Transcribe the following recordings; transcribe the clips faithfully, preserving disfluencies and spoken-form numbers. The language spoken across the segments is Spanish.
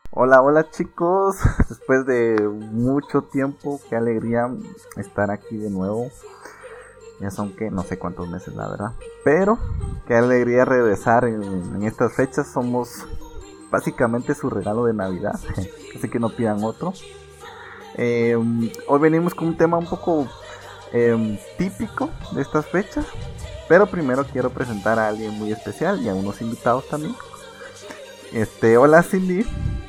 Hola, hola chicos, después de mucho tiempo, qué alegría estar aquí de nuevo. Ya son que no sé cuántos meses, la verdad, pero qué alegría regresar en, en estas fechas. Somos básicamente su regalo de Navidad, así que no pidan otro. Eh, hoy venimos con un tema un poco eh, típico de estas fechas, pero primero quiero presentar a alguien muy especial y a unos invitados también. Este, hola Cindy.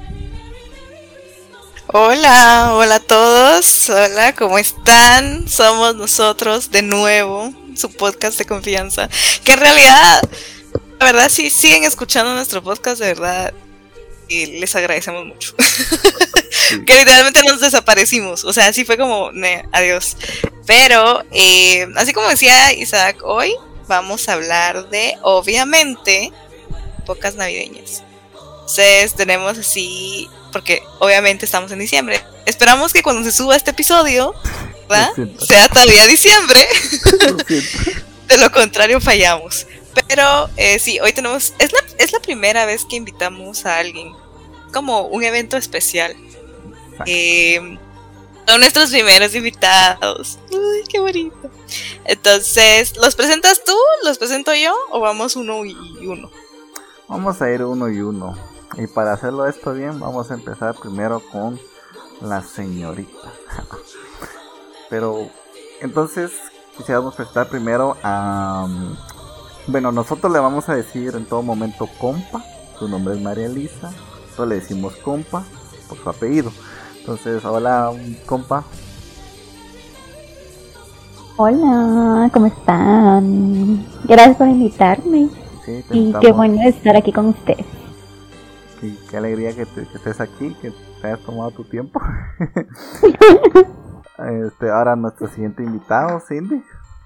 Hola, hola a todos, hola, ¿cómo están? Somos nosotros de nuevo, su podcast de confianza, que en realidad, la verdad, sí siguen escuchando nuestro podcast, de verdad, y les agradecemos mucho. Sí. Que literalmente nos desaparecimos, o sea, así fue como, ne, adiós. Pero, eh, así como decía Isaac, hoy vamos a hablar de, obviamente, épocas navideñas. Entonces tenemos así, porque obviamente estamos en diciembre. Esperamos que cuando se suba este episodio, ¿verdad?, sea todavía diciembre. De lo contrario fallamos. Pero eh, sí, hoy tenemos, es la, es la primera vez que invitamos a alguien, como un evento especial. Eh, son nuestros primeros invitados. Uy, qué bonito. Entonces, ¿los presentas tú? ¿Los presento yo? ¿O vamos uno y uno? Vamos a ir uno y uno. Y para hacerlo esto bien, vamos a empezar primero con la señorita. Pero, entonces, quisiéramos presentar primero a... Bueno, nosotros le vamos a decir en todo momento compa. Su nombre es María Elisa. Nosotros le decimos compa por su apellido. Entonces, hola, compa. Hola, ¿cómo están? Gracias por invitarme. Sí, y qué bueno estar aquí con ustedes. Y qué alegría que, te, que estés aquí, que te hayas tomado tu tiempo. este, ahora nuestro siguiente invitado, Cindy.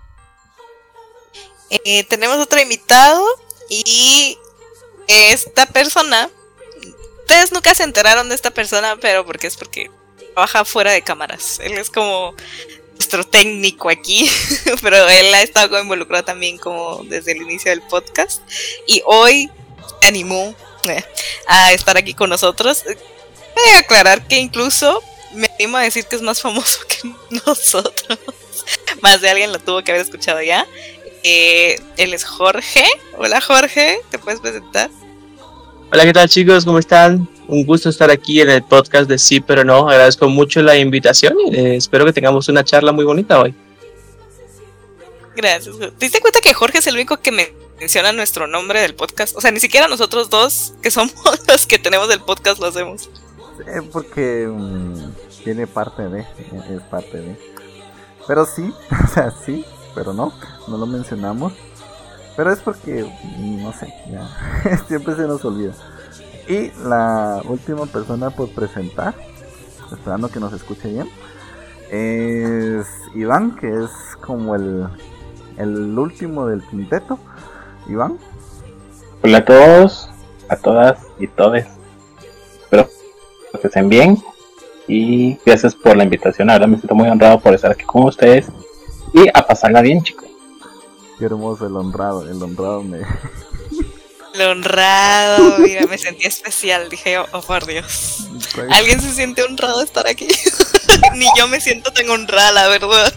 Eh, tenemos otro invitado y esta persona, ustedes nunca se enteraron de esta persona, pero porque es porque trabaja fuera de cámaras. Él es como nuestro técnico aquí, pero él ha estado involucrado también como desde el inicio del podcast y hoy se animó eh, a estar aquí con nosotros. Voy a aclarar que incluso me animo a decir que es más famoso que nosotros. Más de alguien lo tuvo que haber escuchado ya. Eh, él es Jorge. Hola Jorge, ¿te puedes presentar? Hola, ¿qué tal chicos? ¿Cómo están? Un gusto estar aquí en el podcast de Sí Pero No. Agradezco mucho la invitación y eh, espero que tengamos una charla muy bonita hoy. Gracias. ¿Te diste cuenta que Jorge es el único que me menciona nuestro nombre del podcast? O sea, ni siquiera nosotros dos, que somos los que tenemos el podcast, lo hacemos. Sí, porque um, tiene parte de, es parte de. Pero sí, o sea, sí, pero no, no lo mencionamos. Pero es porque, no sé, ya, siempre se nos olvida. Y la última persona por presentar, esperando que nos escuche bien, es Iván, que es como el, el último del quinteto. Iván. Hola a todos, a todas y todes. Espero que estén bien. Y gracias por la invitación. Ahora me siento muy honrado por estar aquí con ustedes. Y a pasarla bien, chicos. Qué hermoso el honrado, el honrado me... El honrado, mira, me sentí especial, dije yo, oh por Dios. ¿Alguien se siente honrado de estar aquí? Ni yo me siento tan honrada, la verdad.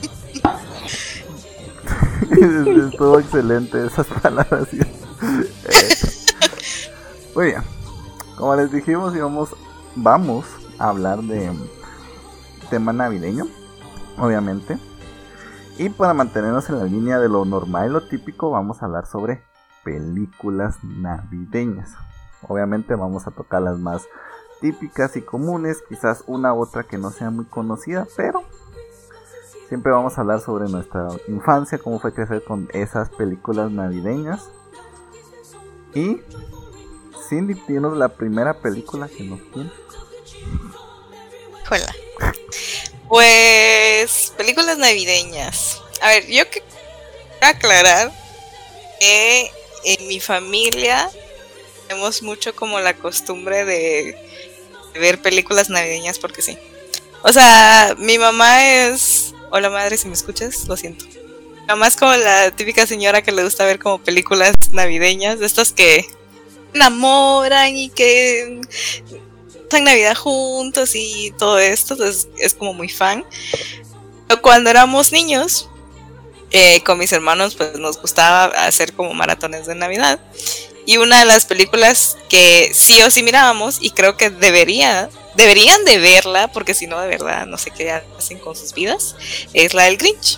Estuvo excelente esas palabras. eh. Muy bien, como les dijimos, íbamos, vamos a hablar de tema navideño, obviamente. Y para mantenernos en la línea de lo normal y lo típico, vamos a hablar sobre películas navideñas. Obviamente vamos a tocar las más típicas y comunes, quizás una u otra que no sea muy conocida, pero siempre vamos a hablar sobre nuestra infancia, cómo fue crecer con esas películas navideñas. Y Cindy, tienes la primera película que nos tiene. Hola. Pues, películas navideñas. A ver, yo quiero aclarar que en mi familia tenemos mucho como la costumbre de, de ver películas navideñas porque sí. O sea, mi mamá es... Hola madre, si me escuchas, lo siento. Mi mamá es como la típica señora que le gusta ver como películas navideñas, de estas que enamoran y que pasan Navidad juntos y todo esto, entonces es como muy fan. Pero cuando éramos niños, eh, con mis hermanos, pues nos gustaba hacer como maratones de Navidad. Y una de las películas que sí o sí mirábamos, y creo que debería, deberían de verla, porque si no, de verdad, no sé qué hacen con sus vidas, es la del Grinch.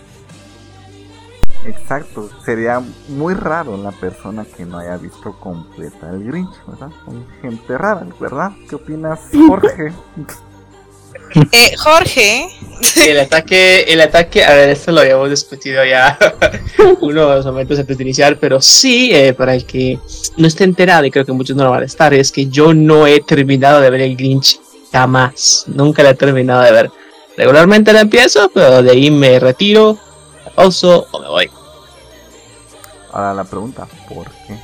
Exacto, sería muy raro la persona que no haya visto completa el Grinch, ¿verdad? Son gente rara, ¿verdad? ¿Qué opinas, Jorge? Eh, Jorge. El ataque, el ataque, a ver, esto lo habíamos discutido ya unos momentos antes de iniciar, pero sí, eh, para el que no esté enterado, y creo que muchos no lo van a estar, es que yo no he terminado de ver el Grinch jamás, nunca la he terminado de ver. Regularmente la empiezo, pero de ahí me retiro, pauso o me voy. Ahora la pregunta, ¿por qué?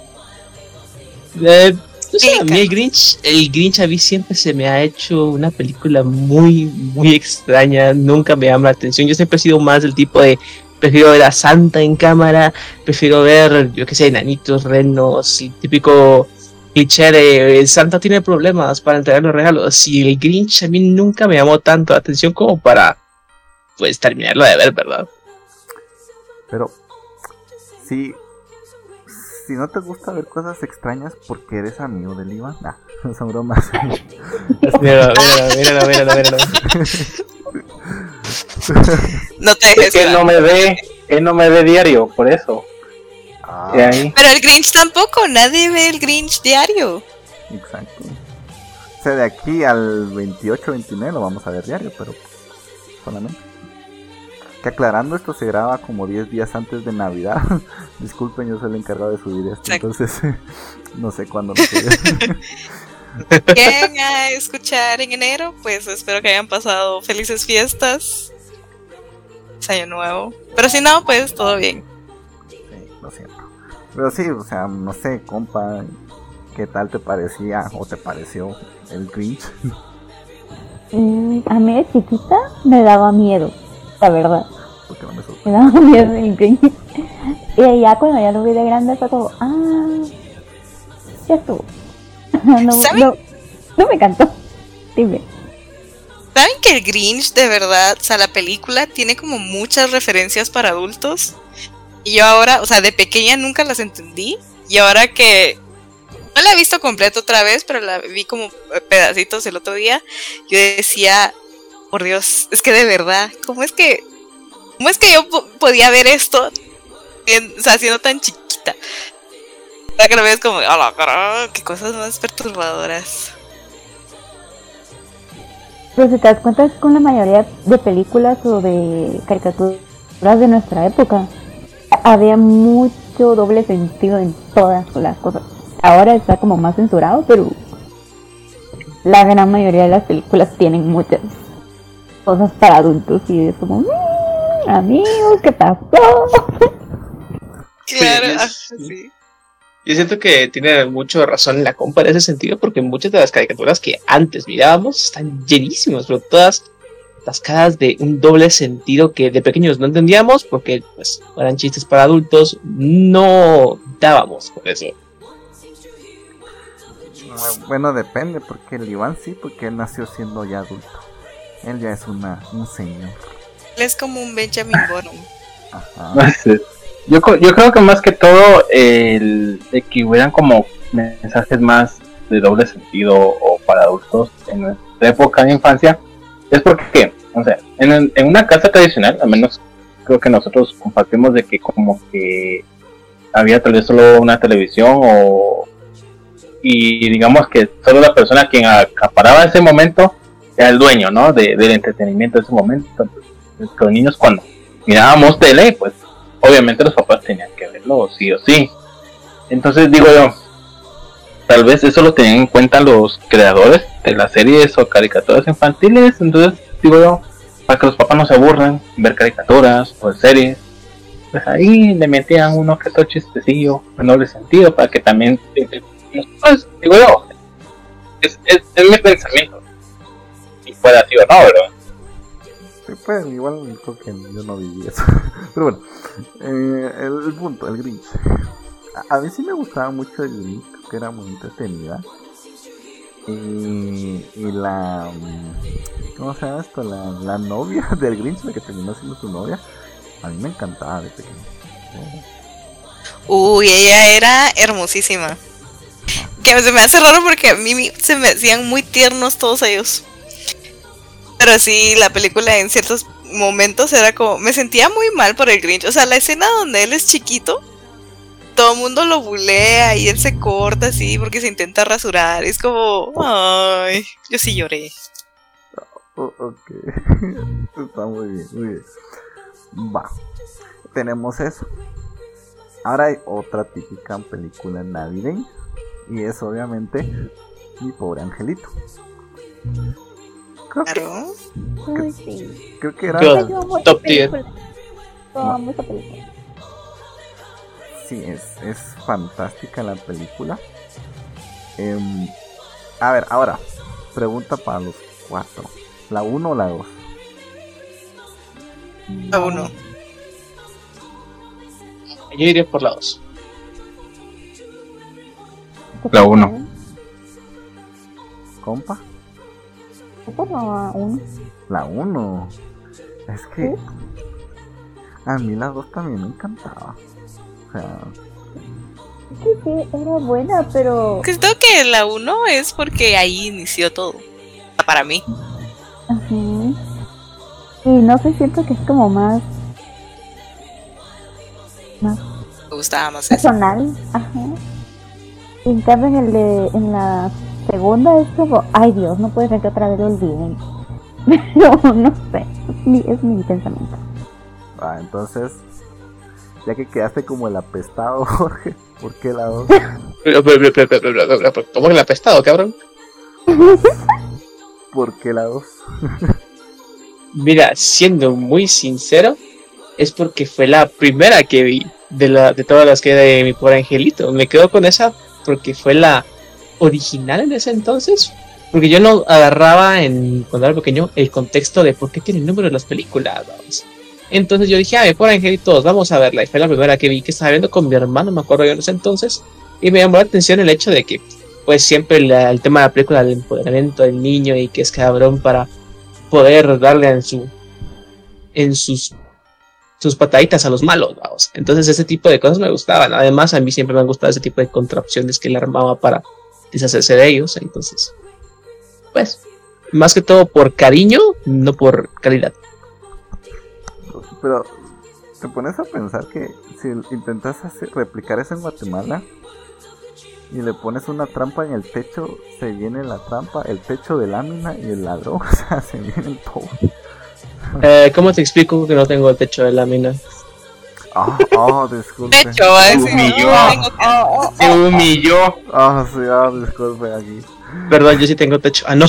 Eh, O sea, a mí el Grinch, el Grinch a mí siempre se me ha hecho una película muy, muy extraña, nunca me llama la atención. Yo siempre he sido más del tipo de, prefiero ver a Santa en cámara, prefiero ver, yo qué sé, enanitos, renos, el típico cliché de Santa tiene problemas para entregar los regalos. Y el Grinch a mí nunca me llamó tanto la atención como para, pues, terminarlo de ver, ¿verdad? Pero, sí... Si no te gusta ver cosas extrañas porque eres amigo del Iván, nah, son bromas. Míralo, míralo, míralo, míralo, míralo. No te dejes. Es que él no me ve, él no me ve diario, por eso. Ah, ahí. Pero el Grinch tampoco, nadie ve el Grinch diario. Exacto. O sea, de aquí al veintiocho veintinueve lo vamos a ver diario, pero solamente. Que aclarando, esto se graba como diez días antes de Navidad. Disculpen, yo soy el encargado de subir esto, Exacto. entonces no sé cuándo lo subiré. ¿Quieren a escuchar en enero? Pues espero que hayan pasado felices fiestas. Es año nuevo. Pero si no, pues todo bien. Sí, lo siento. Pero sí, o sea, no sé, compa, ¿qué tal te parecía o te pareció el Grinch? Mm, a mí de chiquita me daba miedo, la verdad. Porque no me sorprende. Me daba miedo el Grinch. Y ya cuando ya lo vi de grande fue como, ah, ya estuvo. No, ¿Saben? no, no me encantó. Dime. ¿Saben que el Grinch, de verdad, o sea, la película tiene como muchas referencias para adultos? Y yo ahora, o sea, de pequeña nunca las entendí. Y ahora que no la he visto completa otra vez, pero la vi como pedacitos el otro día, yo decía, por Dios, es que de verdad, ¿cómo es que, cómo es que yo po- podía ver esto, en, o sea, siendo tan chiquita? Ahora que lo ves como, a la cara, qué cosas más perturbadoras. Pero si te das cuenta es con la mayoría de películas o de caricaturas de nuestra época. Había mucho doble sentido en todas las cosas. Ahora está como más censurado, pero la gran mayoría de las películas tienen muchas cosas para adultos y es como, mmm, amigos, ¿qué pasó? Claro, Sí, ah, es- sí. Yo siento que tiene mucho razón en la compa en ese sentido, porque muchas de las caricaturas que antes mirábamos están llenísimas, pero todas atascadas de un doble sentido que de pequeños no entendíamos, porque pues eran chistes para adultos, no dábamos por eso. Bueno, depende, porque el Iván sí, porque él nació siendo ya adulto. Él ya es una, un señor. Él es como un Benjamin Button. Ajá. No sé. Yo, co- yo creo que más que todo el de que hubieran como mensajes más de doble sentido o para adultos en nuestra época de infancia es porque, o sea, en, en una casa tradicional, al menos creo que nosotros compartimos de que como que había tal vez solo una televisión o y digamos que solo la persona quien acaparaba ese momento era el dueño, ¿no? De, del entretenimiento de ese momento. Entonces, los niños cuando mirábamos tele, pues obviamente los papás tenían que verlo sí o sí. Entonces digo yo, tal vez eso lo tenían en cuenta los creadores de las series o caricaturas infantiles. Entonces digo yo, para que los papás no se aburran ver caricaturas o series, pues ahí le metían uno que otro chistecillo en doble sentido para que también, pues digo yo, es, es, es mi pensamiento y fuera así o no, ¿verdad? Sí, pues igual creo que yo no viví eso. Pero bueno, eh, el, el punto, el Grinch. A, a mí sí me gustaba mucho el Grinch, que era muy entretenida. Y, y la... ¿Cómo se llama esto? La, la novia del Grinch, la que terminó siendo su novia. A mí me encantaba de pequeño. Uy, ella era hermosísima. Que se me hace raro porque a mí se me hacían muy tiernos todos ellos. Pero sí, la película en ciertos momentos era como... Me sentía muy mal por el Grinch. O sea, la escena donde él es chiquito, todo el mundo lo bulea y él se corta así porque se intenta rasurar. Es como... Ay, yo sí lloré. Oh, ok. Está muy bien, muy bien. Va. Tenemos eso. Ahora hay otra típica película navideña. Y es obviamente Mi Pobre Angelito. Creo Claro. que, Ay, sí. creo que era... Yo- Yo amo esa Top tier. película. Yo amo esa película. Sí, es, es fantástica la película. Em, a ver, ahora, pregunta para los cuatro. ¿La uno o la dos? A uno. Yo iría por la dos. La uno. ¿Compa? Por la uno. La uno. Es que... ¿Sí? A mí la dos también me encantaba. O sea... Sí, sí, era buena, pero... Creo que la uno es porque ahí inició todo. Para mí. Ajá. Y no sé, siento que es como más... Más Me gustaba más eso. personal. Ajá. Y en cambio en el de... En la segunda es como... Ay Dios, no puede ser que otra vez lo olviden. Pero no sé. Es mi, es mi pensamiento. Ah, entonces... Ya que quedaste como el apestado, Jorge, ¿por qué la dos? Pero, pero, pero, pero, pero, pero, pero, pero, ¿cómo que el apestado, cabrón? ¿Por qué la dos? Mira, siendo muy sincero, es porque fue la primera que vi de, la, de todas las que hay de Mi Pobre Angelito. Me quedo con esa porque fue la original en ese entonces. Porque yo no agarraba, en, cuando era pequeño, el contexto de por qué tiene el número de las películas, vamos. Entonces yo dije, ah, Mi Pobre Angelito, vamos a verla. Y fue la primera que vi, que estaba viendo con mi hermano, me acuerdo yo en ese entonces. Y me llamó la atención el hecho de que, pues siempre la, el tema de la película del empoderamiento del niño y que es cabrón para poder darle en su en sus sus pataditas a los malos, vamos. Entonces ese tipo de cosas me gustaban. Además a mí siempre me han gustado ese tipo de contrapciones que él armaba para deshacerse de ellos. Entonces, pues, más que todo por cariño, no por calidad. Pero te pones a pensar que si intentas hacer, replicar eso en Guatemala y le pones una trampa en el techo, se llene la trampa, el techo de lámina y el ladrón, o sea, se vienen todos. Eh, ¿Cómo te explico que no tengo el techo de lámina? Ah, oh, disculpe. De hecho, va a decir, Humilló. no tengo que- Se humilló. Ah, sí, ah, disculpe aquí. Perdón, yo sí tengo techo. Ah, no.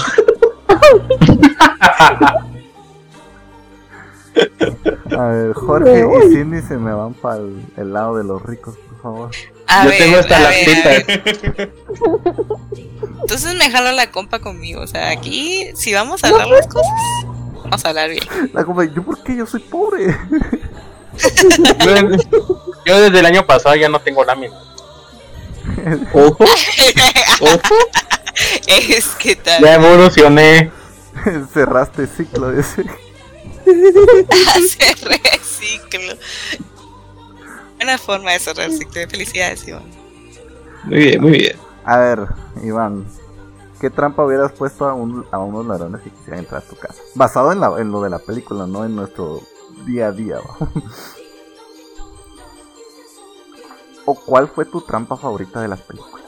A ver, Jorge y Cindy se me van para el, el lado de los ricos, por favor. A Yo ver, tengo hasta a las ver, a ver. tetas. Entonces me jalo la compa conmigo. O sea, aquí, si vamos a hablar las cosas, vamos a hablar bien. La compa, ¿yo por qué? Yo soy pobre. Yo, yo desde el año pasado ya no tengo lámina. Ojo, ojo. Es que tal. Ya evolucioné. Cerraste ciclo ese. Hacer reciclo. Una forma de cerrar ciclo de felicidades, Iván. Muy bien, muy bien. A ver, Iván, ¿qué trampa hubieras puesto a, un, a unos ladrones que quisieran entrar a tu casa? Basado en, la, en lo de la película, no en nuestro día a día. ¿Va? ¿O cuál fue tu trampa favorita de las películas?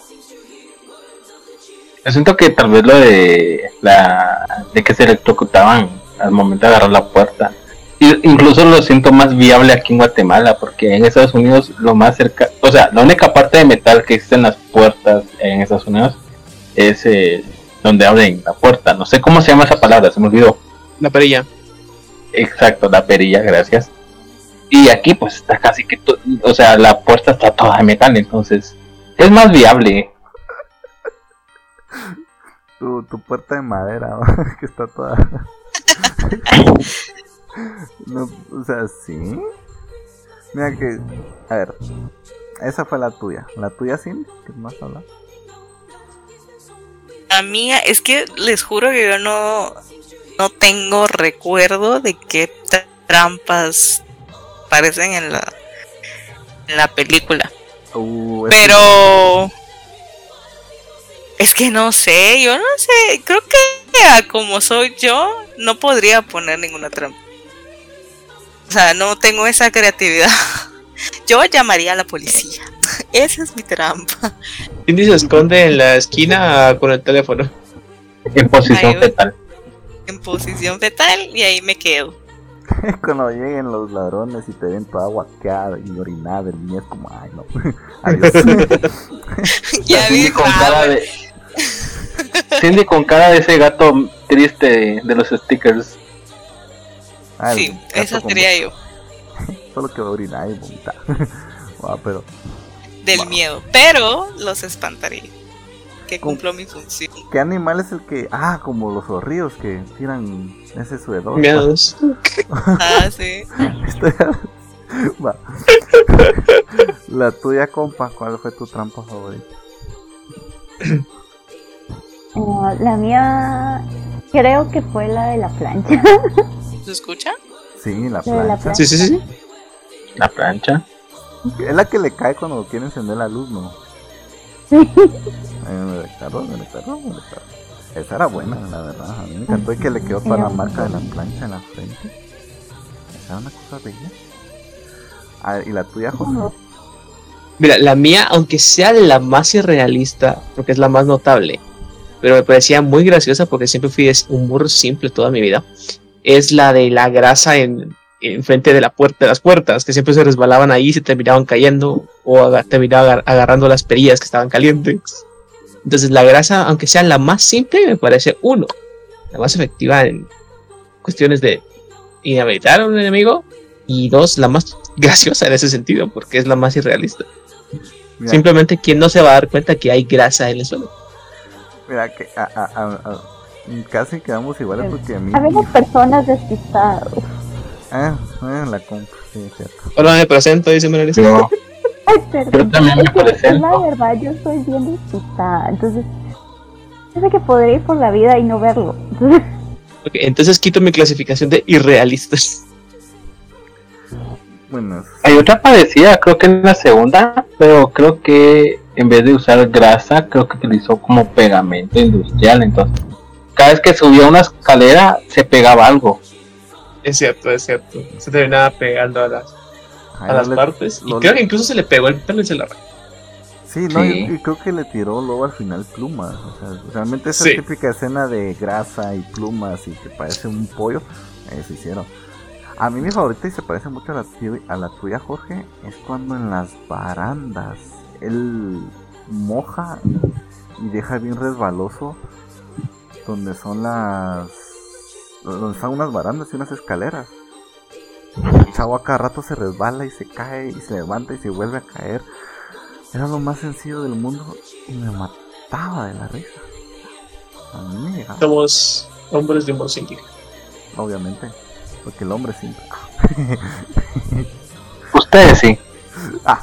Yo siento que tal vez lo de la de que se electrocutaban al momento de agarrar la puerta. Y incluso lo siento más viable aquí en Guatemala, porque en Estados Unidos lo más cerca, o sea, la única parte de metal que existe en las puertas en Estados Unidos es eh, donde abren la puerta. No sé cómo se llama esa palabra, se me olvidó. La perilla. Exacto, la perilla, gracias. Y aquí pues está casi que, to- o sea, la puerta está toda de metal, entonces es más viable. Tu, tu puerta de madera, que está toda... No, o sea, sí. Mira que... A ver, esa fue la tuya. ¿La tuya, Cindy? ¿Qué más habla? La mía, es que les juro que yo no, no tengo recuerdo de qué trampas aparecen en la, en la película. Uh, es Pero es que no sé, yo no sé, creo que a como soy yo, no podría poner ninguna trampa. O sea, no tengo esa creatividad. Yo llamaría a la policía. Esa es mi trampa. Cindy se esconde en la esquina con el teléfono. En posición Ahí, fetal. En posición fetal y ahí me quedo. Cuando lleguen los ladrones y te ven toda guaqueada y orinada del niño, es como, ay no. Adiós. Ya Cindy vi, con ah, cara bueno. de Cindy con cara de ese gato triste de los stickers. Ah, el Sí, gato esa con- sería yo. Solo que va a orinar y vomitar. Ah, pero Del Wow. miedo. Pero los espantaría. Que ¿Cómo? cumplo mi función. ¿qué animal es el que, ah, como los zorrillos que tiran ese suedor? Miados. Ah, sí. Va. La tuya, compa, ¿cuál fue tu trampa favorita? Ah, la mía creo que fue la de la plancha. ¿Se escucha? Sí, la La de la plancha. plancha. Sí, sí, sí. La plancha. Es la que le cae cuando quiere encender la luz, ¿no? Sí. En el carro, en el carro, en el carro. Esa era buena, la verdad. A mí me encantó y que le quedó toda la marca de la plancha en la frente. Esa era una cosa bella. Ah, ¿y la tuya, José? Mira, la mía, aunque sea la más irrealista, porque es la más notable, pero me parecía muy graciosa porque siempre fui de humor simple toda mi vida, es la de la grasa en, en frente de la puerta, de las puertas, que siempre se resbalaban ahí y se terminaban cayendo o aga- terminaba agar- agarrando las perillas que estaban calientes. Entonces la grasa, aunque sea la más simple, me parece uno, la más efectiva en cuestiones de inhabilitar a un enemigo, y dos, la más graciosa en ese sentido, porque es la más irrealista. Mira, Simplemente quien no se va a dar cuenta que hay grasa en el suelo. mira que a, a, a, a- casi quedamos iguales porque a mí. Habemos personas despistadas. Ah, ah, la compa, sí, es cierto. Hola, me presento, dice Melissa. Yo, Ay, perdón. yo también me Es que, presento. es la verdad, yo soy bien despistada. Entonces, yo sé que podré ir por la vida y no verlo. Entonces, Ok, entonces quito mi clasificación de irrealistas. Bueno, es- Hay otra parecida, creo que en la segunda, pero creo que en vez de usar grasa, creo que utilizó como pegamento industrial. Entonces, cada vez que subía una escalera, se pegaba algo. Es cierto, es cierto. Se terminaba pegando a las, ahí a las le- partes. Y lo- creo que incluso se le pegó el pelo y se la arrancó. Sí, no, Sí. Y, y creo que le tiró luego al final plumas. O sea, realmente esa Sí. típica escena de grasa y plumas y que parece un pollo, eso hicieron. A mí mi favorita y se parece mucho a la, tuya- a la tuya, Jorge, es cuando en las barandas él moja y deja bien resbaloso donde son las... donde están unas barandas y unas escaleras. El chavo a cada rato se resbala y se cae y se levanta y se vuelve a caer. Era lo más sencillo del mundo y me mataba de la risa. A mí me llegaba, Somos hombres de humor simple. obviamente, porque el hombre siempre. Ustedes sí. Ah.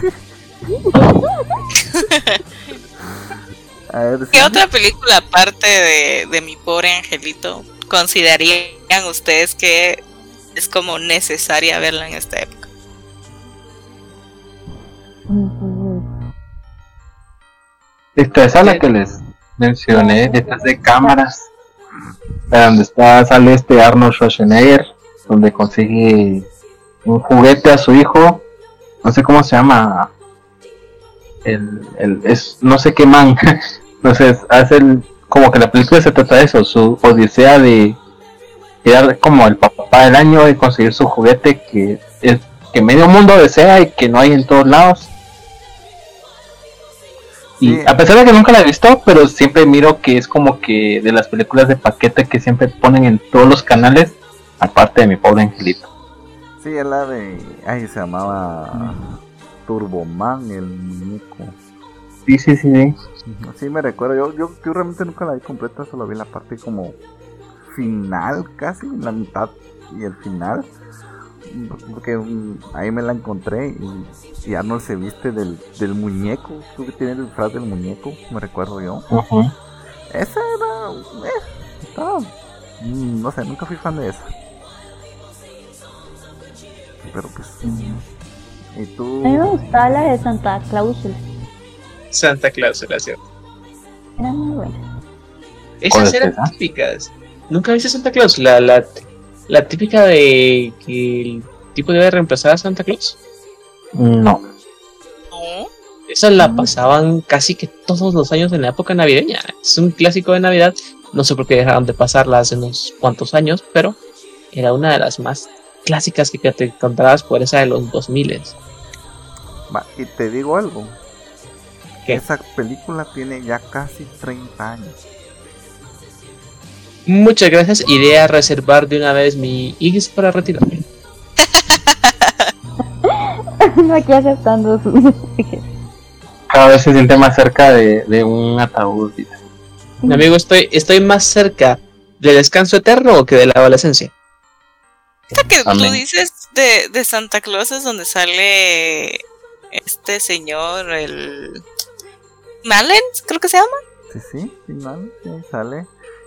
A ver, ¿Qué sí. otra película aparte de, de Mi Pobre Angelito considerarían ustedes que es como necesaria verla en esta época? Esta esa es la que les mencioné, detrás de cámaras, donde está, sale este Arnold Schwarzenegger, donde consigue un juguete a su hijo, no sé cómo se llama, el, el es no sé qué man, entonces hace el, como que la película se trata de eso, su odisea de quedar como el papá del año y conseguir su juguete que es que medio mundo desea y que no hay en todos lados. Y Sí. a pesar de que nunca la he visto, pero siempre miro que es como que de las películas de paquete que siempre ponen en todos los canales, aparte de Mi Pobre Angelito. Sí, es la de. Ay, se llamaba Turboman, el muñeco. Sí, sí, sí, sí. Sí, me recuerdo. Yo, yo, yo realmente nunca la vi completa, solo vi la parte como final, casi, la mitad y el final. Porque um, ahí me la encontré y, y Arnold se viste del, del muñeco. Creo que tiene el disfraz del muñeco, me recuerdo yo. Ujú. Esa era... Eh, estaba... mm, no sé, nunca fui fan de esa. Pero pues... ¿Y tú? A mí me gustaba la de Santa Clausula. Santa Claus, era cierto. Era muy buena. ¿Cuál Esas es eran esa? típicas. ¿Nunca viste Santa Claus? La, la, la típica de que el tipo debe reemplazar a Santa Claus. No. No. Esa la pasaban casi que todos los años en la época navideña. Es un clásico de Navidad. No sé por qué dejaron de pasarla hace unos cuantos años, pero era una de las más clásicas que te encontrabas por esa de los dos mil. Va, y te digo algo. ¿Qué? Esa película tiene ya casi treinta años. Muchas gracias. Iré a reservar de una vez mi I G S para retirarme. No, aquí aceptando sus. Cada vez se siente más cerca de, de un ataúd. Dice. Mi amigo, estoy, estoy más cerca del descanso eterno que de la adolescencia. Esta que tú Amén. dices de, de Santa Claus es donde sale este señor, el... Malens, creo que se llama. Sí, sí, sí, no, sí, sale.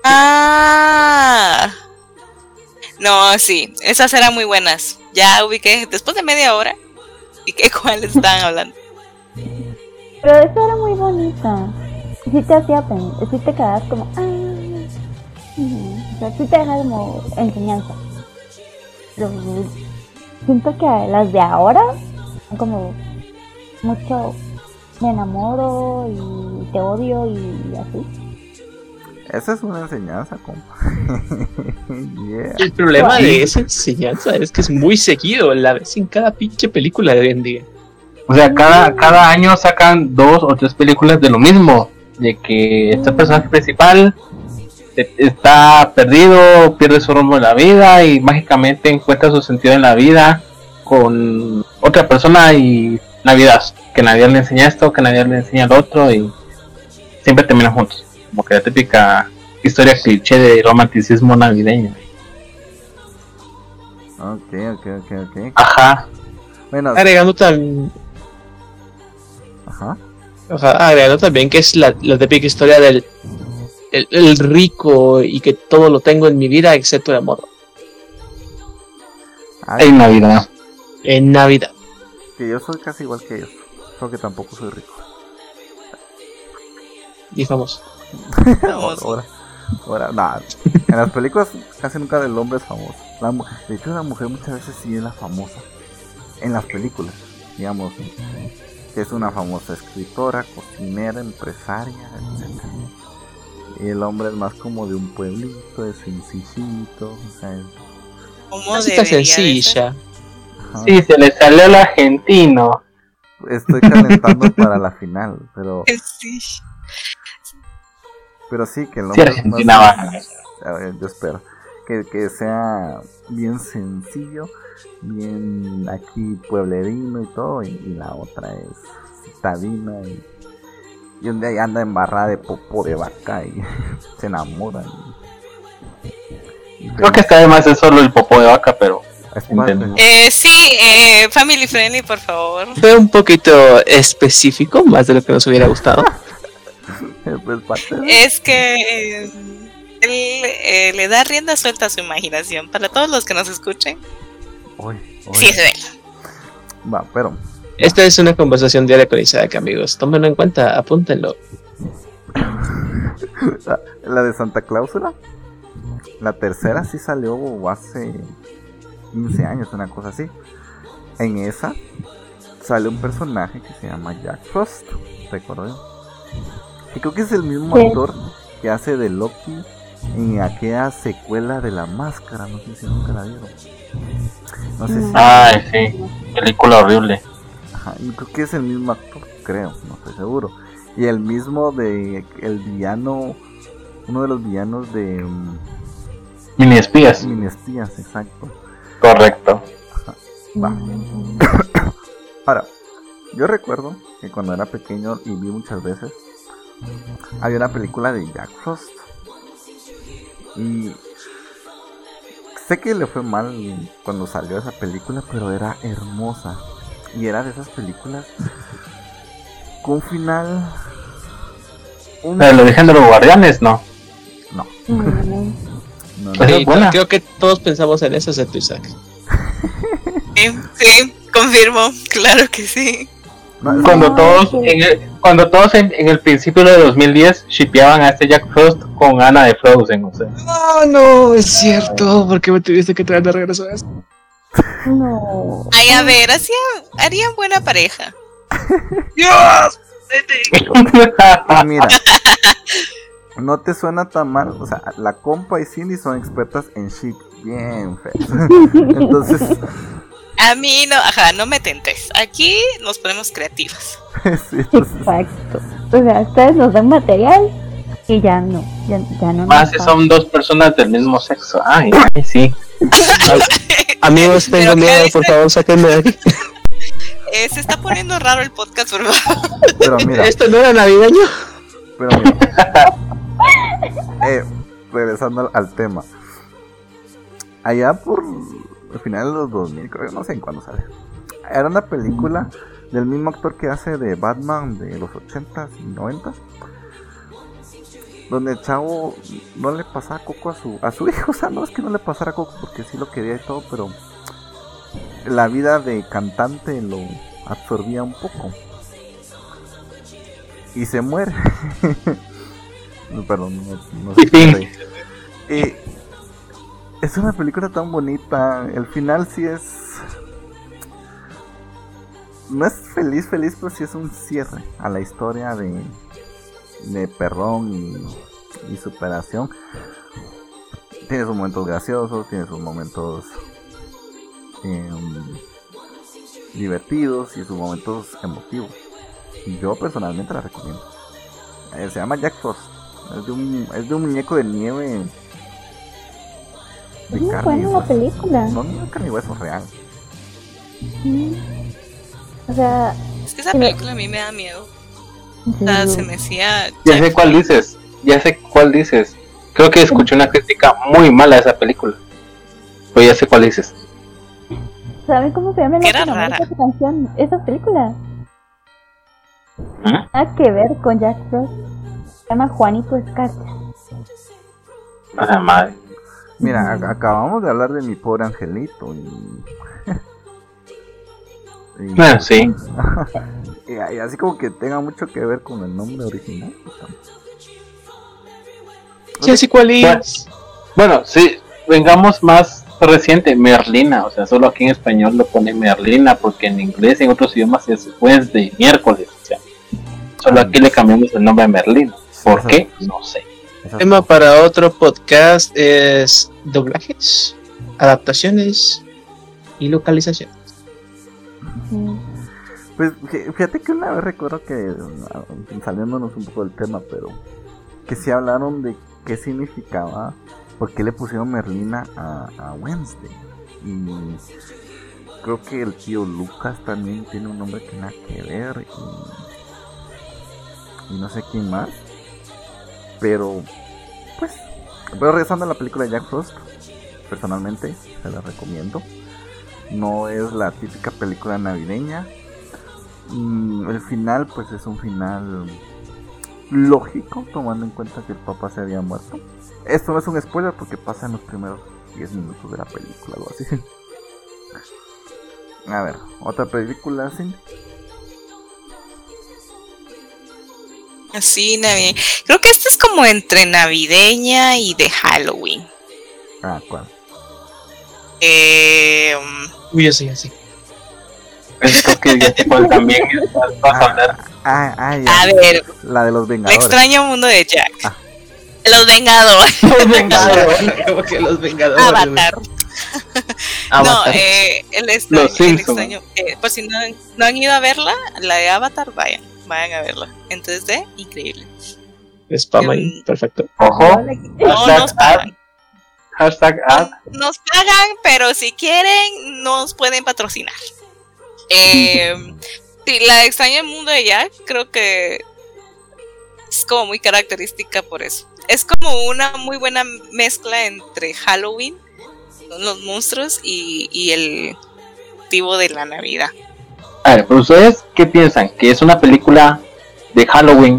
Ah. No, sí, esas eran muy buenas. Ya ubiqué después de media hora y qué cuáles estaban hablando. Pero esa era muy bonita. Sí te hacía pen, sí te quedabas como, ah, ujú. O sea, sí te deja como enseñanza. Pero siento que las de ahora son como mucho me enamoro y te odio y así. Esa es una enseñanza, compa. Yeah. El problema de esa enseñanza es que es muy seguido, la ves en cada pinche película de hoy en día. O sea, cada, cada año sacan dos o tres películas de lo mismo. De que este personaje principal e- está perdido, pierde su rumbo en la vida y mágicamente encuentra su sentido en la vida con otra persona y Navidad. Que Navidad le enseña esto, que Navidad le enseña lo otro y siempre terminan juntos. Como que la típica historia cliché de romanticismo navideño. Ok, ok, ok, ok. Ajá. Bueno, Agregando también, ajá. agregando también que es la, la típica historia del el, el rico y que todo lo tengo en mi vida excepto el amor. Ay, En Navidad. En Navidad. que yo soy casi igual que ellos. Solo que tampoco soy rico. Y famoso. Vamos. Ahora, ahora, nada. En las películas casi nunca el hombre es famoso. La mu- de hecho, la mujer muchas veces sí es la famosa. En las películas, digamos, que es una famosa escritora, cocinera, empresaria, etcétera. Y el hombre es más como de un pueblito, es sencillito, o sea, es- ¿Cómo Casi está debería de ser? sencilla. ajá. Sí, se le salió el argentino. Estoy calentando para la final, pero, Sí. pero sí que el Sí, hombre es Argentina más, va. a ver, yo espero que, que sea bien sencillo, bien aquí pueblerino y todo, y, y la otra es citadina y, y un día anda embarrada de popo de vaca y se enamora. Y, y Creo que está de más es solo el popó de vaca, pero es parte- entiendo. Eh, sí, eh, family friendly, por favor. Fue un poquito específico, más de lo que nos hubiera gustado. es parte de- Es que eh, él eh, le da rienda suelta a su imaginación. Para todos los que nos escuchen, Uy, uy. sí es de él. Va, pero Esta es una conversación diaria con Isaac, amigos. Tómenlo en cuenta, apúntenlo. la, la de Santa Cláusula, la tercera sí salió hace quince años, una cosa así. En esa sale un personaje que se llama Jack Frost, recuerdo. Y creo que es el mismo Sí. actor que hace de Loki en aquella secuela de La Máscara, no sé si nunca la vieron. No sé si... Ay, sí. Película horrible. Ajá, y creo que es el mismo actor, creo, no estoy seguro. Y el mismo de el villano, uno de los villanos de um, Mini espías. Mini Espías, exacto. Correcto. Va. Ahora, yo recuerdo que cuando era pequeño y vi muchas veces, había una película de Jack Frost. Y sé que le fue mal cuando salió esa película, pero era hermosa. Y era de esas películas con un final un... Pero lo dejan de los guardianes, ¿no? No. Mm, No, no. Esa Sí, es buena. creo que todos pensamos en eso, excepto Isaac. Sí, sí, confirmo, claro que sí. No, es- Cuando No, todos, sí. en el, cuando todos en, en el principio de dos mil diez shipeaban a este Jack Frost con Ana de Frozen, o sea. Ah, no, es cierto. ¿Por qué me tuviste que traer de regreso a esto? No. Ay, a ver, hacían, harían buena pareja. ¡Dios! y mira, no te suena tan mal. O sea, la compa y Cindy son expertas en shit bien feos. Entonces, A mí no, ajá, no me tentes. Aquí nos ponemos creativas. sí, entonces, Exacto. O sea, ustedes nos dan material y ya no. Ya, ya no. Más nos si pasa. son dos personas del mismo sexo. Ay, ay, sí. Amigos, tengo Pero, ¿qué miedo, dice? por favor, sáquenme de aquí. Eh, se está poniendo raro el podcast, por favor. pero mira, ¿Esto no era navideño? pero mira. Eh, regresando al, al tema. Allá por el final de los dos mil, creo que no sé en cuándo sale. Era una película del mismo actor que hace de Batman de los ochentas y noventas. Donde el chavo no le pasaba coco a su, a su hijo. O sea, no es que no le pasara coco porque sí lo quería y todo, pero la vida de cantante lo absorbía un poco. Y se muere. Perdón, no, no sé qué reír. Y es una película tan bonita. El final sí es... No es feliz, feliz, pero sí es un cierre a la historia de, de Perrón y, y superación. Tiene sus momentos graciosos, tiene sus momentos eh, divertidos y sus momentos emotivos. Y yo personalmente la recomiendo. Eh, se llama Jack Frost. Es de un, es de un muñeco de nieve de Es muy carne y buena la hueso. película. No, no de carne y hueso real. Mm. O sea, Es que esa película a mí me da miedo. O sea, sí, se me decía. Ya sé cuál dices. Ya sé cuál dices. Creo que escuché una crítica muy mala de esa película. Pero ya sé cuál dices. ¿saben cómo se llama en Que era Latinoamérica rara. esa canción? Esa película. ¿Mm? Nada que ver con Jack Frost. Se llama Juanito Escarcha. O sea, madre. Mira, ac- acabamos de hablar de Mi Pobre Angelito y... y, Ah, sí. y- y así como que tenga mucho que ver con el nombre original. Pues, tam- Ya sé cuál es. Bueno, sí. Vengamos más reciente. Merlina. O sea, solo aquí en español lo pone Merlina. Porque en inglés y en otros idiomas es Wednesday, miércoles. O sea, solo aquí le cambiamos el nombre a Merlina. ¿Por Esa- qué? No sé. esas- Tema para otro podcast es doblajes, adaptaciones y localización. Sí. Pues fí- fíjate que una vez recuerdo que, ah, saliéndonos un poco del tema, pero que sí hablaron de qué significaba, por qué le pusieron Merlina a, a Wednesday. Y creo que el tío Lucas también tiene un nombre que nada que ver. Y, y no sé quién más. Pero, pues, pero regresando a la película de Jack Frost, personalmente se la recomiendo. No es la típica película navideña. Mm, el final, pues, es un final lógico, tomando en cuenta que el papá se había muerto. Esto no es un spoiler porque pasa en los primeros diez minutos de la película, algo así. A ver, otra película, sí. Así, navideña. Creo que esta es como entre navideña y de Halloween. Ah, ¿cuál? Eh, Uy, yo sí, así. Creo que ya sé cuál también vas a hablar. Ah, ah, ya. a ver, La de los el Vengadores. extraño mundo de Jack. Ah. Los Vengadores. Los Vengadores. Como que los Vengadores. Avatar. No, Avatar. eh, el, extraño, Los el Simpson. extraño. eh, por si no, no han ido a verla, la de Avatar, vayan, vayan a verla. En tres D, increíble. Spam ahí, perfecto. Ojo. No Hashtag nos pagan. Hashtag ad. Nos pagan, pero si quieren, nos pueden patrocinar. Eh, sí, la de extraña el mundo de Jack, creo que es como muy característica por eso. Es como una muy buena mezcla entre Halloween, los monstruos, y, y el motivo de la Navidad. A ver, pero ustedes, ¿qué piensan? ¿Que es una película de Halloween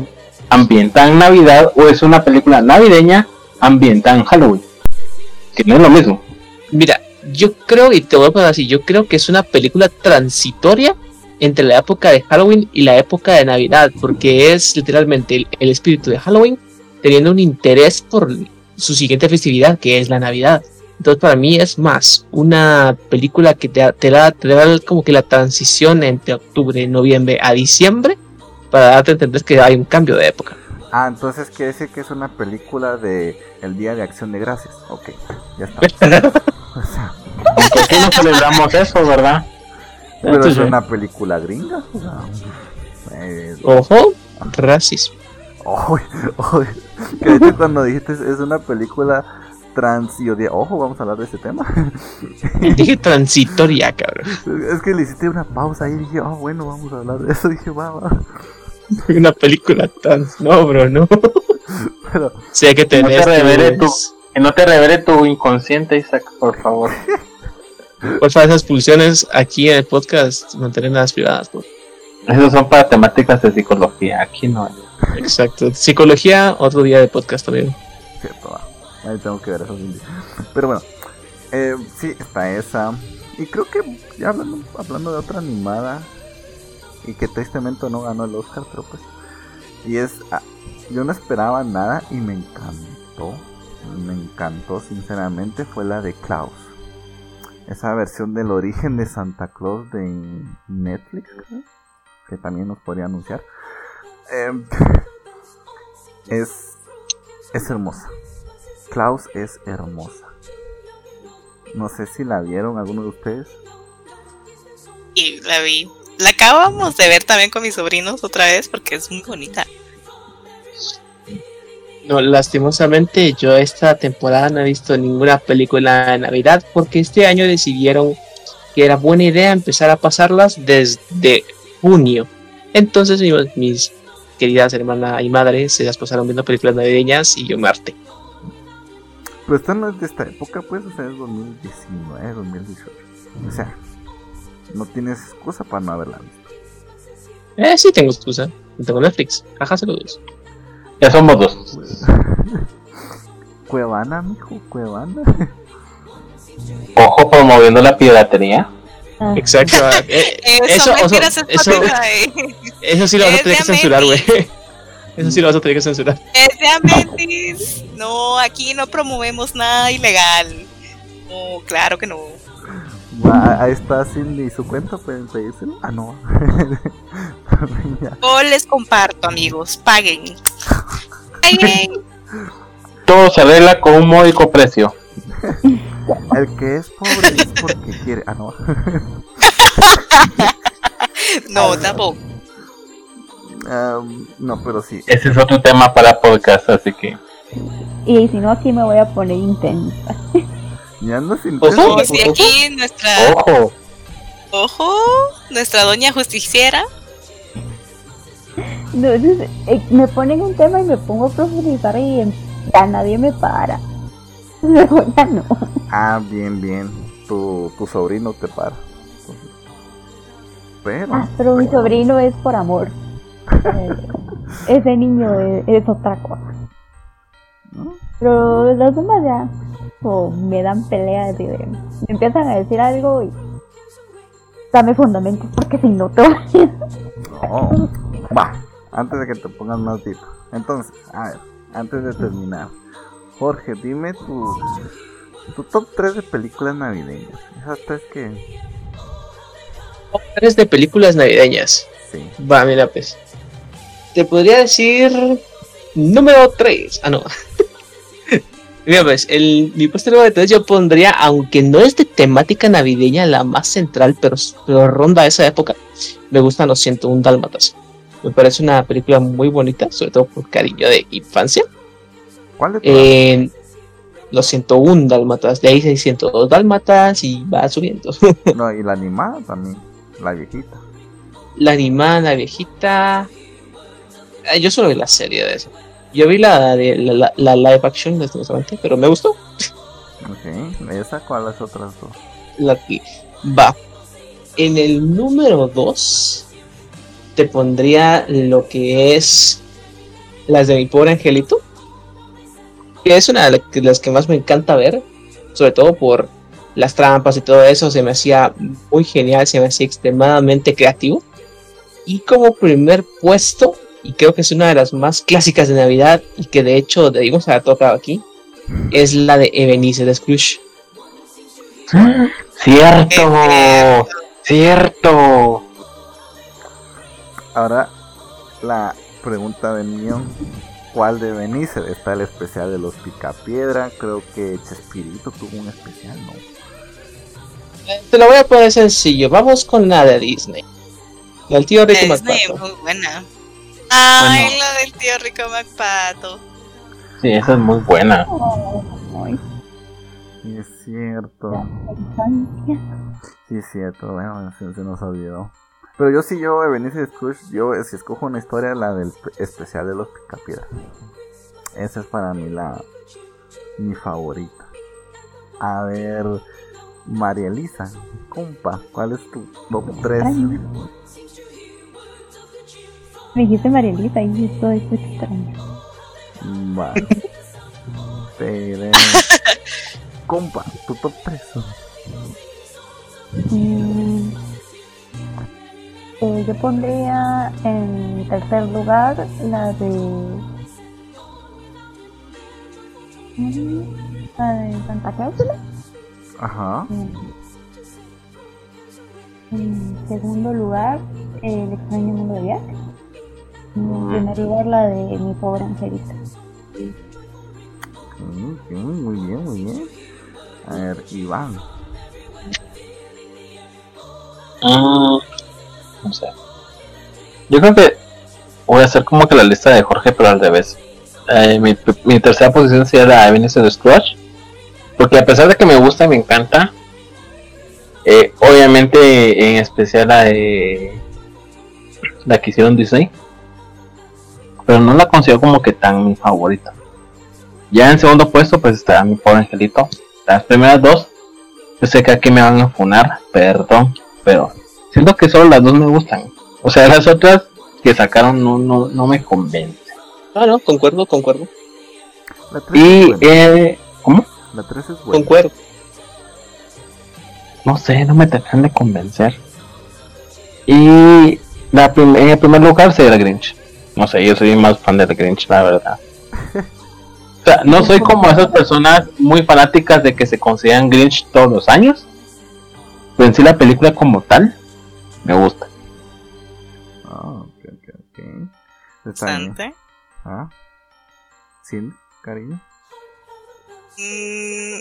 ambientada en Navidad o es una película navideña ambientada en Halloween, que no es lo mismo. Mira, yo creo, y te voy a poner así, yo creo que es una película transitoria entre la época de Halloween y la época de Navidad, porque es literalmente el, el espíritu de Halloween teniendo un interés por su siguiente festividad, que es la Navidad. Entonces para mí es más una película que te, te, da, te da como que la transición entre octubre, noviembre a diciembre, para darte a entender que hay un cambio de época. Ah, entonces quiere decir que es una película de el Día de Acción de Gracias. Ok, ya está. O sea, ¿Por qué no celebramos eso, verdad? pero es una película gringa. O sea, eh, Ojo, racismo. oh, oh, que de hecho cuando dijiste es una película trans, yo dije, ojo, vamos a hablar de ese tema. Dije transitoria, cabrón. Es que le hiciste una pausa y dije, oh, bueno, vamos a hablar de eso. Dije, va, va. Una película trans. No, bro, no. Pero, Sé que Que no tenés te revele tu, tus- que no te revele tu inconsciente, Isaac, por favor. Por favor, esas pulsiones aquí en el podcast, mantenerlas privadas, por Esos son para temáticas de psicología, aquí no hay. Exacto. Psicología, otro día de podcast también. cierto, va. Ahí tengo que ver esos indies. Pero bueno, eh, sí, está esa. Y creo que ya hablando, hablando de otra animada, y que tristemente no ganó el Oscar, pero pues. Y es. Ah, yo no esperaba nada y me encantó. Me encantó, sinceramente. Fue la de Klaus. Esa versión del origen de Santa Claus de Netflix, creo, que también nos podría anunciar. Eh, es. Es hermosa. Klaus es hermosa. No sé si la vieron alguno de ustedes. Y la vi. La acabamos de ver también con mis sobrinos otra vez porque es muy bonita. No, lastimosamente yo esta temporada no he visto ninguna película de Navidad porque este año decidieron que era buena idea empezar a pasarlas desde junio. Entonces mi- mis queridas hermanas y madres se las pasaron viendo películas navideñas y yo me harté. Pero esta no es de esta época, pues, o sea, es dos mil diecinueve, dos mil dieciocho. O sea, no tienes excusa para no haberla visto. Eh, sí tengo excusa. Tengo Netflix. Jaja, saludos. Ya somos dos. Cuevana, mijo, Cuevana. Ojo, promoviendo la piratería. Ah, Exacto. eh, Eso, eso, eso, mentiras, es eso, Spotify. eso sí lo vas a Es tener que de censurar, güey. Eso sí lo vas a tener que censurar. Es de Amentis. No, aquí no promovemos nada ilegal. No, claro que no. Va, ahí está Cindy, su cuenta, pueden pedírselo. Ah, no. Ya. O les comparto, amigos. Paguen. Paguen. Todo se arregla con un módico precio. El que es pobre es porque quiere. Ah, no. No, tampoco. Um, no, pero sí. Ese es otro tema para podcast, así que y si no, aquí me voy a poner intensa. Ya no sin Ojo. No, si aquí nuestra. ojo. Ojo, nuestra doña justiciera. Entonces, eh, me ponen un tema y me pongo a profundizar y em- ya nadie me para. Luego ya no. Ah, bien, bien. Tu, tu sobrino te para. Entonces, pero. Ah, pero mi sobrino es por amor. Eh, ese niño es, es otra cosa. ¿no? Pero los demás ya o me dan peleas y de- me empiezan a decir algo y dame fundamentos porque si no te voy a- Oh, va, antes de que te pongas más deep. Entonces, a ver, antes de terminar, Jorge, dime tu, tu top tres de películas navideñas. Esas tres que. Tres de películas navideñas. Sí. Va, mira, pues. Te podría decir. Número tres. Ah, no. Mira, pues, el, mi puesto número tres yo pondría, aunque no es de temática navideña la más central, pero, pero ronda esa época. Me gustan los ciento uno Dálmatas. Me parece una película muy bonita, sobre todo por cariño de infancia. ¿Cuál de todas? Eh, los ciento uno Dálmatas, de ahí hay ciento dos Dálmatas y va subiendo. No, y la animada también, la viejita. La animada, la viejita. Eh, Yo solo vi la serie de eso. Yo vi la de la, la, la live action, lastimosamente, pero me gustó. Ok, esa, ¿cuál las otras dos? La que va. En el número dos te pondría lo que es las de Mi Pobre Angelito, que es una de las que más me encanta ver, sobre todo por las trampas y todo eso. Se me hacía muy genial, se me hacía extremadamente creativo. Y como primer puesto, y creo que es una de las más clásicas de Navidad, y que de hecho debimos haber tocado aquí, es la de Ebenezer de Scrooge. ¡Cierto! ¡Cierto! Ahora, la pregunta del millón: ¿cuál de Ebenezer? Está el especial de los Picapiedra. Creo que Chespirito tuvo un especial, ¿no? Te lo voy a poner sencillo. Vamos con la de Disney. La del tío Rico Disney, McPato. muy buena. Ay, Bueno. la del tío Rico McPato. Sí, esa es muy buena. Ay, Sí, es cierto. la infancia. Sí, es cierto. Bueno, se, se nos olvidó. Pero yo sí, yo, Ebenezer Scrooge, yo si escojo una historia, la del pe- especial de los Picapiedra. Esa es para mí la mi favorita. A ver, María Elisa, compa, ¿cuál es tu top tres? Ay, no. Me dijiste María Elisa y esto es extraño. Vale. Pero, compa, tu top tres. Mm, eh, yo pondría en tercer lugar la de. Mm, la de Santa Cláusula. Ajá. En segundo lugar, El extraño mundo de Jack. Y en primer lugar, la de Mi Pobre Angelito. Mm, ok, muy bien, muy bien. A ver, Iván. Mm, no sé. Yo creo que voy a hacer como que la lista de Jorge, pero al revés. Eh, mi, mi tercera posición sería la de Ebenezer de Scrooge. Porque a pesar de que me gusta y me encanta, eh, obviamente en especial la de la que hicieron Disney, pero no la considero como que tan mi favorita. Ya en segundo puesto pues está Mi Pobre Angelito. Las primeras dos, yo sé que aquí me van a funar, perdón, pero siento que solo las dos me gustan. O sea, las otras que sacaron no, no, no me convencen. Ah, no, concuerdo, concuerdo, La tres es Y, buena. eh, ¿cómo? La tres es buena. concuerdo. No sé, no me terminan de convencer. Y la prim- en el primer lugar sería el Grinch. No sé, yo soy más fan del Grinch, la verdad. O sea, no soy como esas personas muy fanáticas de que se consideran Grinch todos los años. Pero en sí la película como tal, me gusta. Ah, ok, ok, ok. Está bien. Bastante. ¿Ah? ¿Sí, cariño? Mm,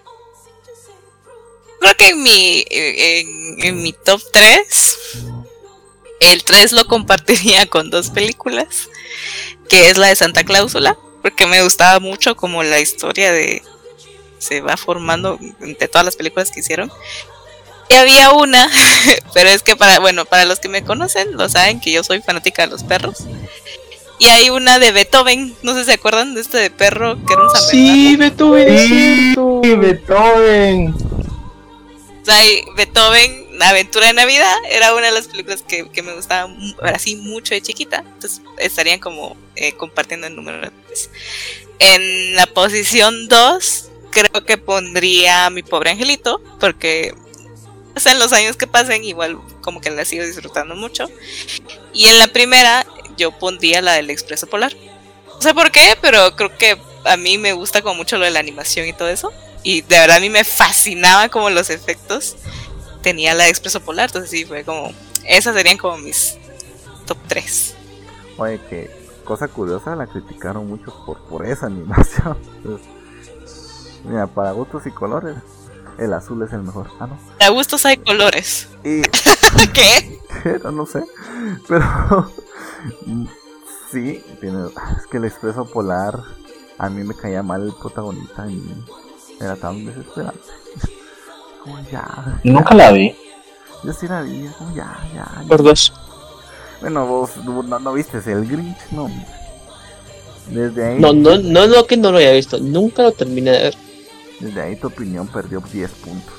creo que en mi, en, en mi top tres, el tres lo compartiría con dos películas, que es la de Santa Cláusula, porque me gustaba mucho como la historia de se va formando entre todas las películas que hicieron. Y había una, pero es que para, bueno, para los que me conocen, lo saben que yo soy fanática de los perros. Y hay una de Beethoven, no sé si se acuerdan de este de perro que era un San Sí, Bernardo. Beethoven, es cierto. Beethoven. O sea, y Beethoven, La Aventura de Navidad, era una de las películas que, que me gustaba mu- así mucho de chiquita. Entonces estarían como eh, compartiendo el número tres. En la posición dos, creo que pondría Mi Pobre Angelito, porque o sea, en los años que pasen, igual como que la sigo disfrutando mucho. Y en la primera, yo pondría la del Expreso Polar. No sé por qué, pero creo que a mí me gusta como mucho lo de la animación y todo eso. Y de verdad a mí me fascinaba como los efectos. Tenía la de Expreso Polar, entonces sí, fue como... Esas serían como mis top tres. Oye, que cosa curiosa, la criticaron mucho por, por esa animación. Entonces, mira, para gustos y colores, el azul es el mejor. Ah, no. A gustos hay colores. Y... ¿Qué? Pero no sé. Pero... sí, tiene... es que el Expreso Polar... A mí me caía mal el protagonista y era tan desesperante. Como ya... Nunca la vi. Yo sí la vi, como ya, ya, ya. Por dos. Bueno, vos no, no viste el Grinch, no. Desde ahí, No, no, no, no, que no lo haya visto. Nunca lo terminé de ver. desde ahí tu opinión perdió diez puntos.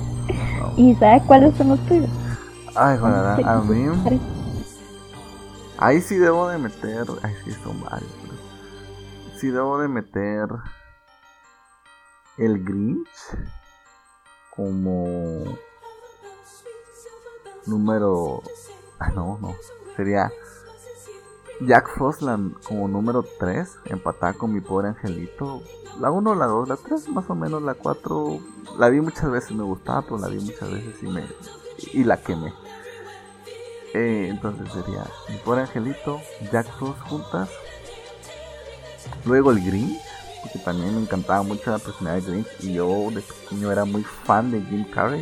No. ¿Y sabes cuáles son los tuyos? Ay, joder, a mí, Ahí sí debo de meter. Ay, sí, son varios. Sí debo de meter el Grinch como número. Ah, no, no. Sería Jack Frost como número tres, empatada con Mi Pobre Angelito. La uno, la dos, la tres más o menos, la cuatro la vi muchas veces, me gustaba, pero la vi muchas veces y me y la quemé. Eh, entonces sería Mi Pobre Angelito, Jack Frost juntas. Luego el Grinch, porque también me encantaba mucho la personalidad de Grinch y yo de pequeño era muy fan de Jim Carrey.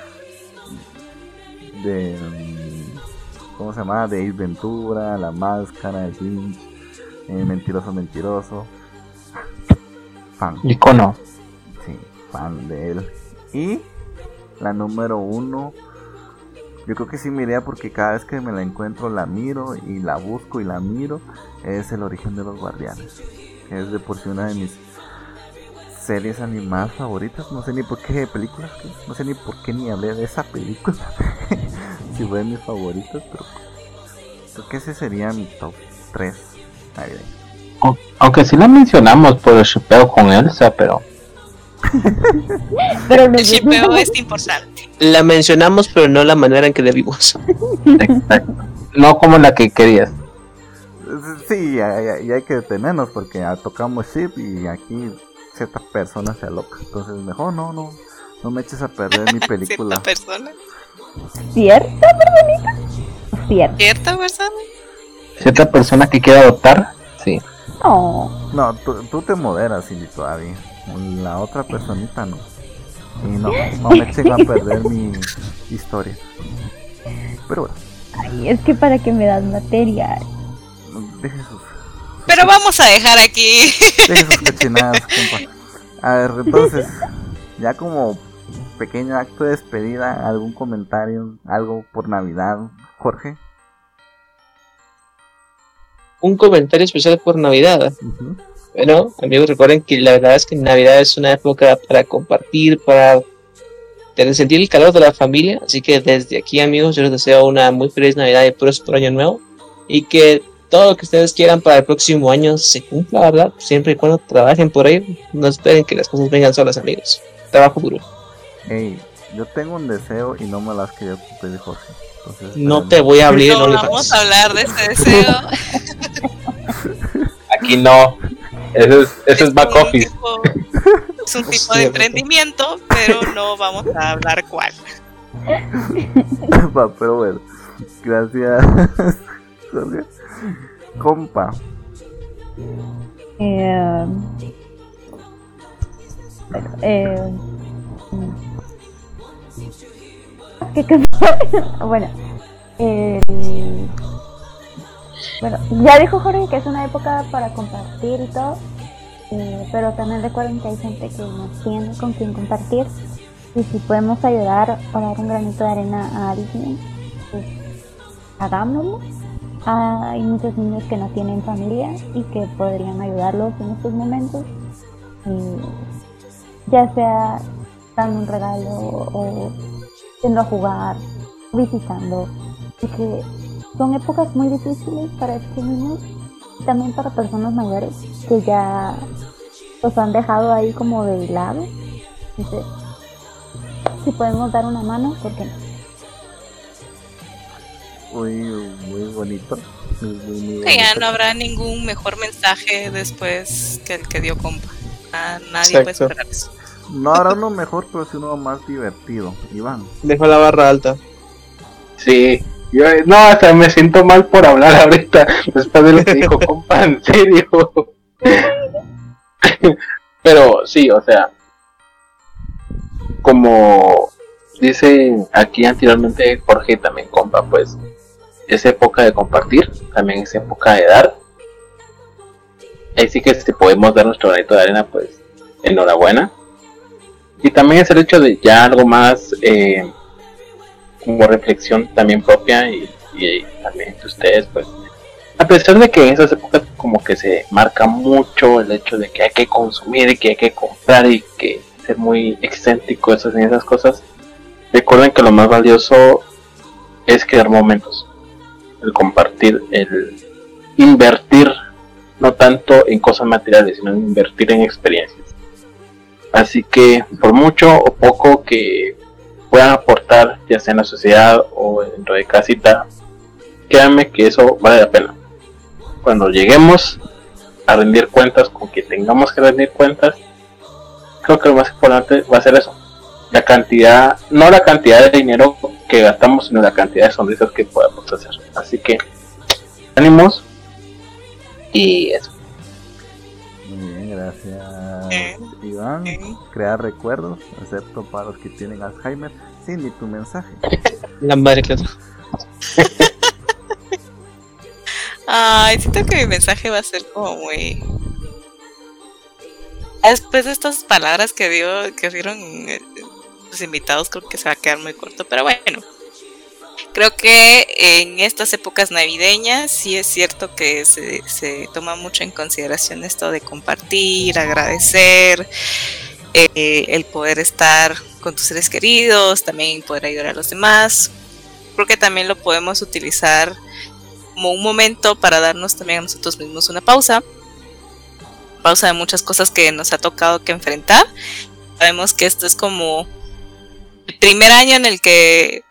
De ¿cómo se llamaba? De Ace Ventura, La Máscara, el Grinch, eh, Mentiroso Mentiroso. Fan. Icono. Sí, fan de él. Y la número uno, yo creo que sí me iría porque cada vez que me la encuentro la miro y la busco y la miro. Es El Origen de los Guardianes. Es de por sí una de mis series animadas favoritas. No sé ni por qué películas, no sé ni por qué ni hablé de esa película. Si fue de mis favoritas, pero creo que ese sería mi top tres. Ahí, ahí. Aunque sí la mencionamos por el shipeo con Elsa, pero Pero El shipeo es importante. La mencionamos, pero no la manera en que debimos. exacto. No como la que querías. Sí, y hay, y hay que detenernos porque tocamos ship y aquí cierta persona se aloca. Entonces mejor no, no, no me eches a perder mi película. ¿Cierta persona? ¿Cierta personita? ¿Cierta? ¿Cierta persona? Cierta persona que quiera adoptar, sí. No. No, tú, tú te moderas, Cindy, todavía. La otra personita no. Y no, no me echen a perder mi historia. Pero bueno. Ay, es que para que me das material. Deje sus, sus Pero vamos a dejar aquí. Deje sus cochinadas, compa. A ver, entonces, ya como pequeño acto de despedida, algún comentario, algo por Navidad, Jorge. Un comentario especial por Navidad. Uh-huh. Bueno, amigos, recuerden que la verdad es que Navidad es una época para compartir, para sentir el calor de la familia. Así que desde aquí, amigos, yo les deseo una muy feliz Navidad y próspero año nuevo. Y que todo lo que ustedes quieran para el próximo año se cumpla, ¿verdad? Siempre y cuando trabajen por ahí. No esperen que las cosas vengan solas, amigos. Trabajo duro. Hey, yo tengo un deseo y no me las quería cumplir, Jorge. Entonces, no te voy a abrir no el vamos a hablar de ese deseo. Aquí no. Eso es, eso es back office. Tipo, es un tipo de emprendimiento, pero no vamos a hablar cuál. Pero bueno, gracias, Jorge. Compa. Eh, bueno, eh, ¿qué cosa? Bueno, eh, bueno, ya dijo Jorge que es una época para compartir y todo, eh, pero también recuerden que hay gente que no tiene con quien compartir, y si podemos ayudar o dar un granito de arena a alguien, pues hagámoslo. Ah, hay muchos niños que no tienen familia y que podrían ayudarlos en estos momentos, y ya sea dando un regalo o yendo a jugar, visitando, porque son épocas muy difíciles para estos niños y también para personas mayores que ya los han dejado ahí como de lado. Entonces, si podemos dar una mano, ¿por qué no? Muy, muy bonito. Muy, muy, muy Que ya bonito. no habrá ningún mejor mensaje después que el que dio compa. Ah, nadie Exacto. puede esperar eso. No habrá uno mejor, pero sí uno más divertido. Iván. Dejo la barra alta. Sí. Yo, no, hasta me siento mal por hablar ahorita. Después de lo que dijo, compa, en serio. Pero sí, o sea, como dice aquí anteriormente Jorge, también compa, pues es época de compartir, también es época de dar. Así que si podemos dar nuestro granito de arena, pues enhorabuena. Y también es el hecho de ya algo más eh, como reflexión también propia y, y también de ustedes, pues a pesar de que en esas épocas como que se marca mucho el hecho de que hay que consumir y que hay que comprar y que ser muy excéntrico esas, en esas cosas, recuerden que lo más valioso es crear momentos. el compartir, el invertir, no tanto en cosas materiales, sino en invertir en experiencias. Así que por mucho o poco que puedan aportar, ya sea en la sociedad o dentro de casita, créanme que eso vale la pena. Cuando lleguemos a rendir cuentas, con que tengamos que rendir cuentas, creo que lo más importante va a ser eso, la cantidad, no la cantidad de dinero que gastamos, sino la cantidad de sonrisas que podamos hacer. Así que ánimos y eso. Muy bien, gracias Iván. Crear recuerdos, excepto para los que tienen Alzheimer. Cindy, tu mensaje. La madre que otro. Ay, siento que mi mensaje va a ser como muy... Después de estas palabras que dio, que dieron eh, los invitados, creo que se va a quedar muy corto, pero bueno. Creo que en estas épocas navideñas sí es cierto que se, se toma mucho en consideración esto de compartir, agradecer, eh, el poder estar con tus seres queridos, también poder ayudar a los demás. Creo que también lo podemos utilizar como un momento para darnos también a nosotros mismos una pausa. Pausa de muchas cosas que nos ha tocado que enfrentar. Sabemos que esto es como el primer año en el que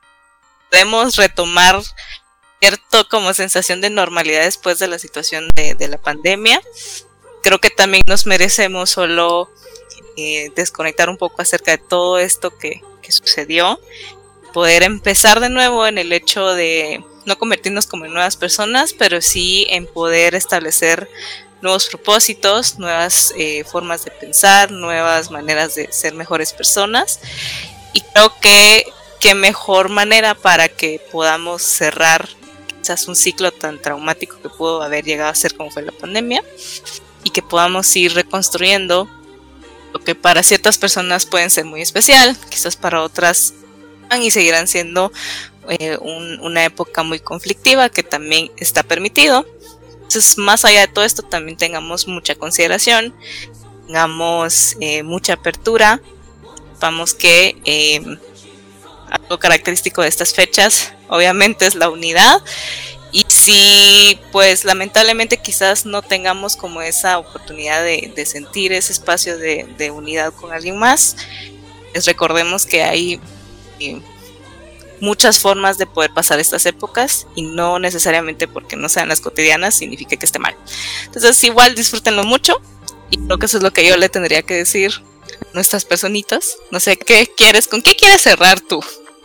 podemos retomar cierto como sensación de normalidad después de la situación de, de la pandemia. Creo que también nos merecemos solo eh, desconectar un poco acerca de todo esto que, que sucedió, poder empezar de nuevo en el hecho de no convertirnos como en nuevas personas, pero sí en poder establecer nuevos propósitos, nuevas eh, formas de pensar, nuevas maneras de ser mejores personas. Y creo que qué mejor manera para que podamos cerrar quizás un ciclo tan traumático que pudo haber llegado a ser como fue la pandemia, y que podamos ir reconstruyendo lo que para ciertas personas pueden ser muy especial, quizás para otras van y seguirán siendo eh, un, una época muy conflictiva, que también está permitido. Entonces, más allá de todo esto, también tengamos mucha consideración, tengamos eh, mucha apertura. Vamos que eh, algo característico de estas fechas, obviamente, es la unidad. Y si, pues, lamentablemente quizás no tengamos como esa oportunidad de, de sentir ese espacio de, de unidad con alguien más, pues recordemos que hay eh, muchas formas de poder pasar estas épocas, y no necesariamente porque no sean las cotidianas significa que esté mal. Entonces, igual disfrútenlo mucho, y creo que eso es lo que yo le tendría que decir a nuestras personitas. No sé, ¿qué quieres? ¿Con qué quieres cerrar tú?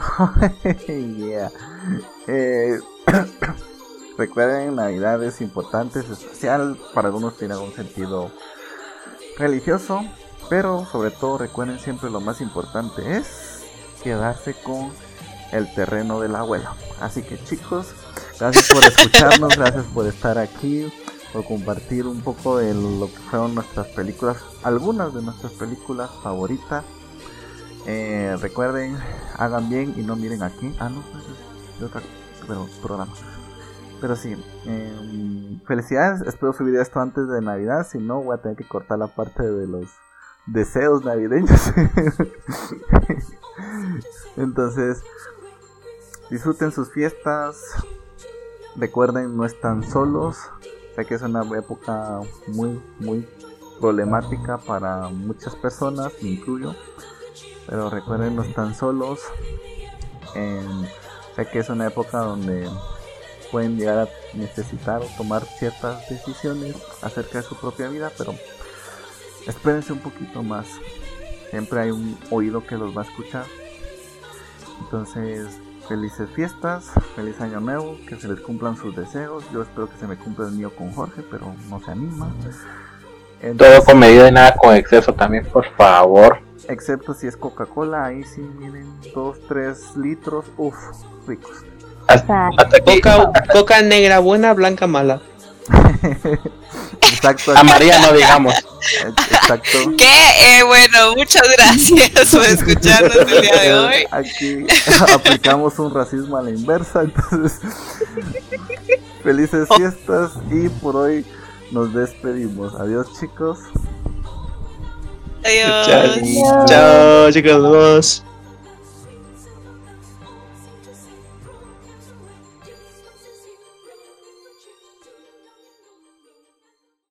yeah. eh, Recuerden, Navidad es importante, es especial, para algunos tiene algún sentido religioso, pero sobre todo recuerden siempre lo más importante es quedarse con el terreno del abuelo. Así que, chicos, gracias por escucharnos, gracias por estar aquí, por compartir un poco de lo que fueron nuestras películas, algunas de nuestras películas favoritas. Eh, recuerden, hagan bien y no miren aquí. Ah, no, es de otro pero, programa. Pero sí, eh, felicidades. Espero subir esto antes de Navidad. Si no, voy a tener que cortar la parte de los deseos navideños. Entonces, disfruten sus fiestas. Recuerden, no están solos. Sé que es una época muy, muy problemática para muchas personas, me incluyo. Pero recuerden, no están solos. Eh, sé que es una época donde pueden llegar a necesitar o tomar ciertas decisiones acerca de su propia vida, pero espérense un poquito más. Siempre hay un oído que los va a escuchar. Entonces, felices fiestas, feliz año nuevo, que se les cumplan sus deseos. Yo espero que se me cumpla el mío con Jorge, pero no se anima. Entonces, todo con medida y nada con exceso también, por favor. Excepto si es Coca-Cola, ahí sí, miren, dos, tres litros, uff, ricos. Hasta, hasta aquí. Coca, coca negra buena, blanca mala. Exacto. Amarilla no digamos. Exacto. Que eh, bueno, muchas gracias por escucharnos el día de hoy. Aquí aplicamos un racismo a la inversa. Entonces, felices fiestas y por hoy nos despedimos. Adiós, chicos. Adiós. Chao, chao chicos.